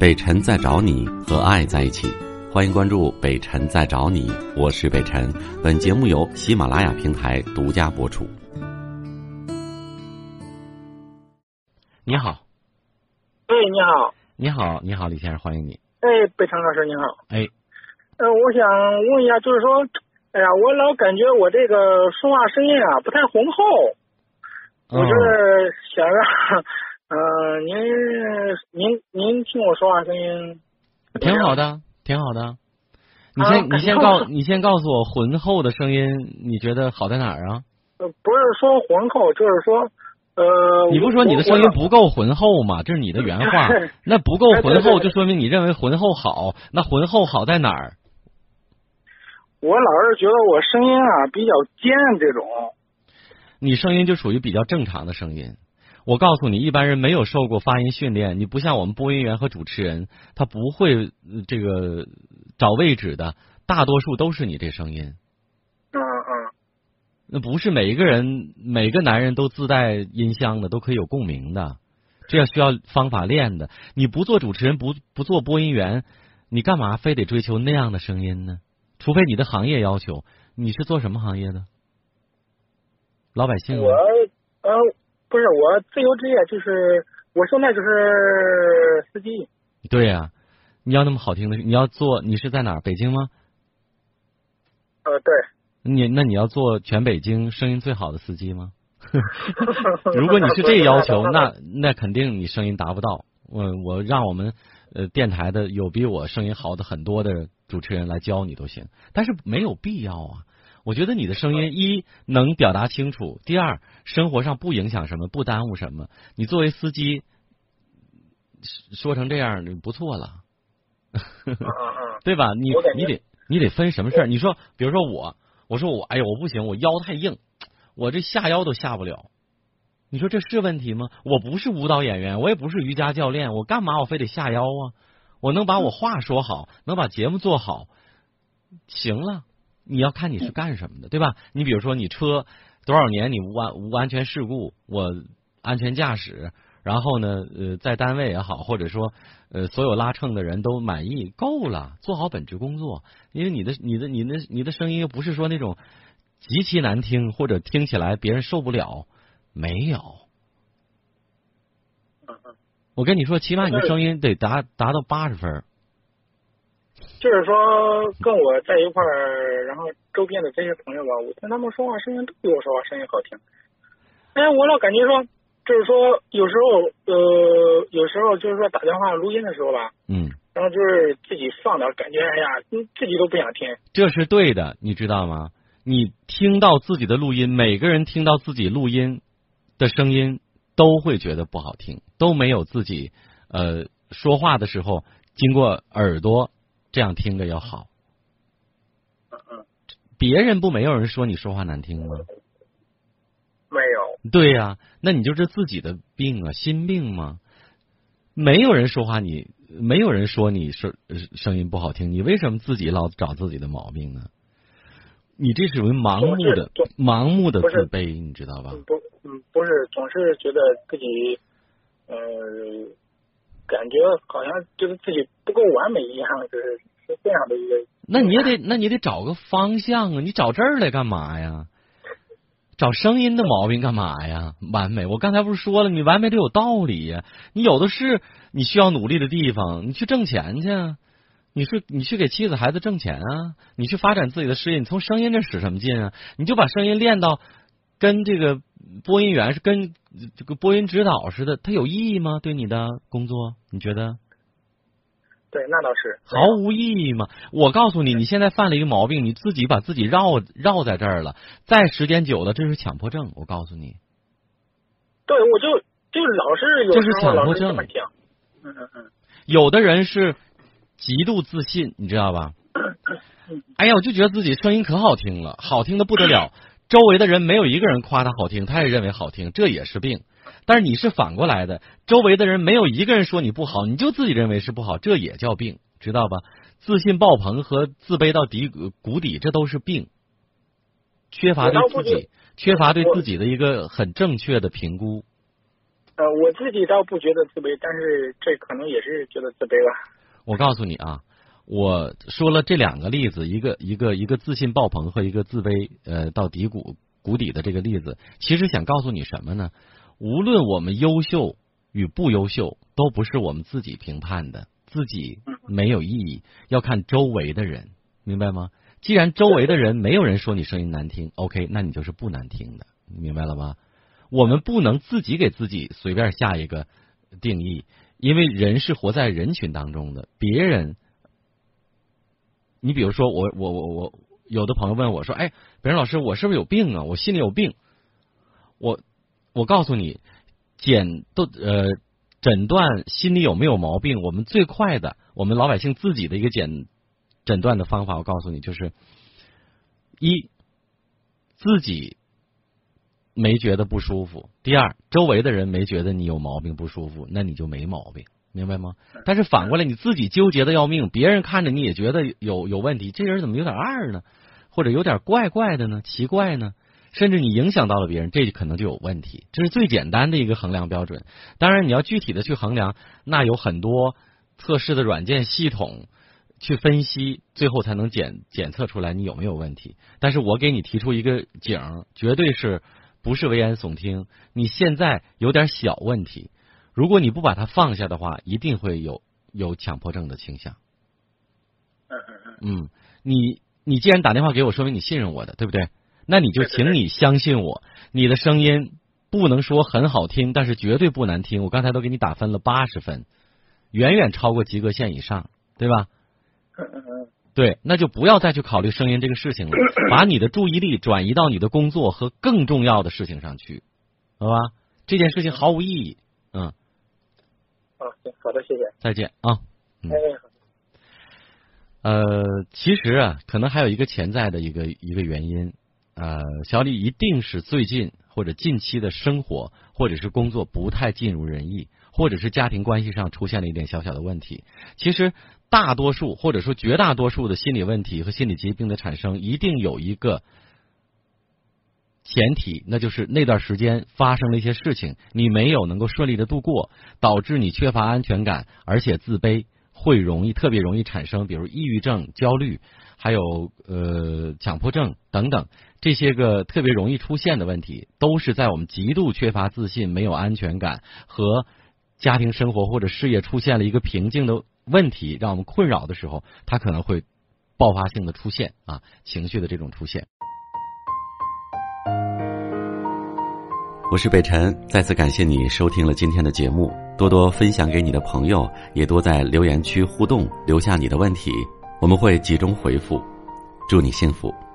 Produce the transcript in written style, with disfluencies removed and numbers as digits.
北辰在找你和爱在一起，欢迎关注北辰在找你，我是北辰。本节目由喜马拉雅平台独家播出。你好。 哎，你好。 你好，你好，李先生，欢迎你。 哎，北辰老师你好。 哎， 我想问一下，就是说，哎呀，我老感觉我这个说话声音啊不太浑厚，我就是想让，您听我说话声音挺好的，挺好的。你先告诉我，浑厚的声音你觉得好在哪儿啊？ 不是说浑厚，就是说， 你不说你的声音不够浑厚吗？这是你的原话。那不够浑厚，就说明你认为浑厚好。那浑厚好在哪儿？ 我老是觉得我声音啊比较尖，这种。 你声音就属于比较正常的声音。我告诉你，一般人没有受过发音训练，你不像我们播音员和主持人，他不会这个找位置的，大多数都是你这声音。那不是每一个人，每个男人都自带音箱的，都可以有共鸣的，这要需要方法练的。你不做主持人，不做播音员，你干嘛非得追求那样的声音呢？除非你的行业要求。你是做什么行业的？老百姓？ 不是，我自由职业，就是我现在就是司机。 对呀，你要那么好听的，你是在哪儿？北京吗？ 对。 那你要做全北京声音最好的司机吗？如果你是这要求，那肯定你声音达不到。我让我们电台的有比我声音好的很多的主持人来教你都行，但是没有必要啊。我觉得你的声音一能表达清楚，第二生活上不影响什么，不耽误什么。你作为司机说成这样不错了，对吧？你得分什么事儿。你说，比如说我说哎呦我不行，我腰太硬，我这下腰都下不了。你说这是问题吗？我不是舞蹈演员，我也不是瑜伽教练，我干嘛我非得下腰啊？我能把我话说好，能把节目做好，行了。你要看你是干什么的，对吧？你比如说你车多少年你无安全事故，我安全驾驶，然后呢在单位也好，或者说所有拉秤的人都满意，够了，做好本职工作。因为你的声音又不是说那种极其难听，或者听起来别人受不了，没有。我跟你说，起码你的声音得达到80分。 就是说跟我在一块儿，然后周边的这些朋友吧，我听他们说话声音都比我说话声音好听。哎，我老感觉说，就是说有时候就是说打电话录音的时候吧，然后就是自己放的，感觉哎呀，自己都不想听。这是对的，你知道吗？你听到自己的录音，每个人听到自己录音的声音都会觉得不好听，都没有自己说话的时候经过耳朵这样听着要好。别人没有人说你说话难听吗？ 没有。 对呀，那你就是自己的病啊，心病吗？没有人说你声音不好听，你为什么自己老找自己的毛病呢？你这属于盲目的自卑，你知道吧？ 不是，总是觉得自己感觉好像就是自己不够完美一样，是这样的一个。那你得找个方向啊！你找这儿来干嘛呀？找声音的毛病干嘛呀？完美，我刚才不是说了，你完美得有道理呀。你有的是你需要努力的地方，你去挣钱去啊！你去给妻子孩子挣钱啊！你去发展自己的事业，你从声音这使什么劲啊？你就把声音练到跟这个播音员是跟这个播音指导似的，它有意义吗？对你的工作，你觉得？ 对，那倒是毫无意义嘛。我告诉你，你现在犯了一个毛病，你自己把自己绕在这儿了，再时间久了，这是强迫症。我告诉你， 对，我就老是有这是强迫症。有的人是极度自信，你知道吧？哎呀，我就觉得自己声音可好听了，好听的不得了，周围的人没有一个人夸他好听，他也认为好听，这也是病。但是你是反过来的，周围的人没有一个人说你不好，你就自己认为是不好，这也叫病，知道吧？自信爆棚和自卑到谷底，这都是病。缺乏对自己的一个很正确的评估。 我自己倒不觉得自卑，但是这可能也是觉得自卑吧。 我告诉你啊，我说了这2个例子，一个自信爆棚和一个自卑到谷底的这个例子，其实想告诉你什么呢？无论我们优秀与不优秀，都不是我们自己评判的，自己没有意义，要看周围的人，明白吗？既然周围的人没有人说你声音难听 ，OK， 那你就是不难听的，你明白了吗？我们不能自己给自己随便下一个定义，因为人是活在人群当中的，别人，你比如说我有的朋友问我说，哎，北辰老师，我是不是有病啊？我心里有病。我告诉你，诊断心里有没有毛病，我们最快的，我们老百姓自己的一个诊断的方法，我告诉你，就是一，自己没觉得不舒服；第二，周围的人没觉得你有毛病不舒服，那你就没毛病，明白吗？但是反过来，你自己纠结的要命，别人看着你也觉得有问题，这人怎么有点二呢？或者有点怪怪的呢？奇怪呢？甚至你影响到了别人，这可能就有问题。这是最简单的一个衡量标准。当然，你要具体的去衡量，那有很多测试的软件系统去分析，最后才能检测出来你有没有问题。但是我给你提出一个警，绝对是不是危言耸听。你现在有点小问题，如果你不把它放下的话，一定会有强迫症的倾向。你既然打电话给我，说明你信任我的，对不对？那你就请你相信我，你的声音不能说很好听，但是绝对不难听。我刚才都给你打分了80分，远远超过及格线以上，对吧？对，那就不要再去考虑声音这个事情了，把你的注意力转移到你的工作和更重要的事情上去，好吧？这件事情毫无意义。 行，好的，谢谢。 再见啊。其实啊，可能还有一个潜在的一个原因。小李一定是最近或者近期的生活或者是工作不太尽如人意，或者是家庭关系上出现了一点小小的问题。其实大多数或者说绝大多数的心理问题和心理疾病的产生，一定有一个前提，那就是那段时间发生了一些事情，你没有能够顺利的度过，导致你缺乏安全感，而且自卑，会特别容易产生，比如抑郁症、焦虑，还有强迫症等等，这些个特别容易出现的问题，都是在我们极度缺乏自信、没有安全感和家庭生活或者事业出现了一个瓶颈的问题，让我们困扰的时候，它可能会爆发性的出现情绪的这种出现。 我是北辰，再次感谢你收听了今天的节目，多多分享给你的朋友，也多在留言区互动，留下你的问题，我们会集中回复。祝你幸福。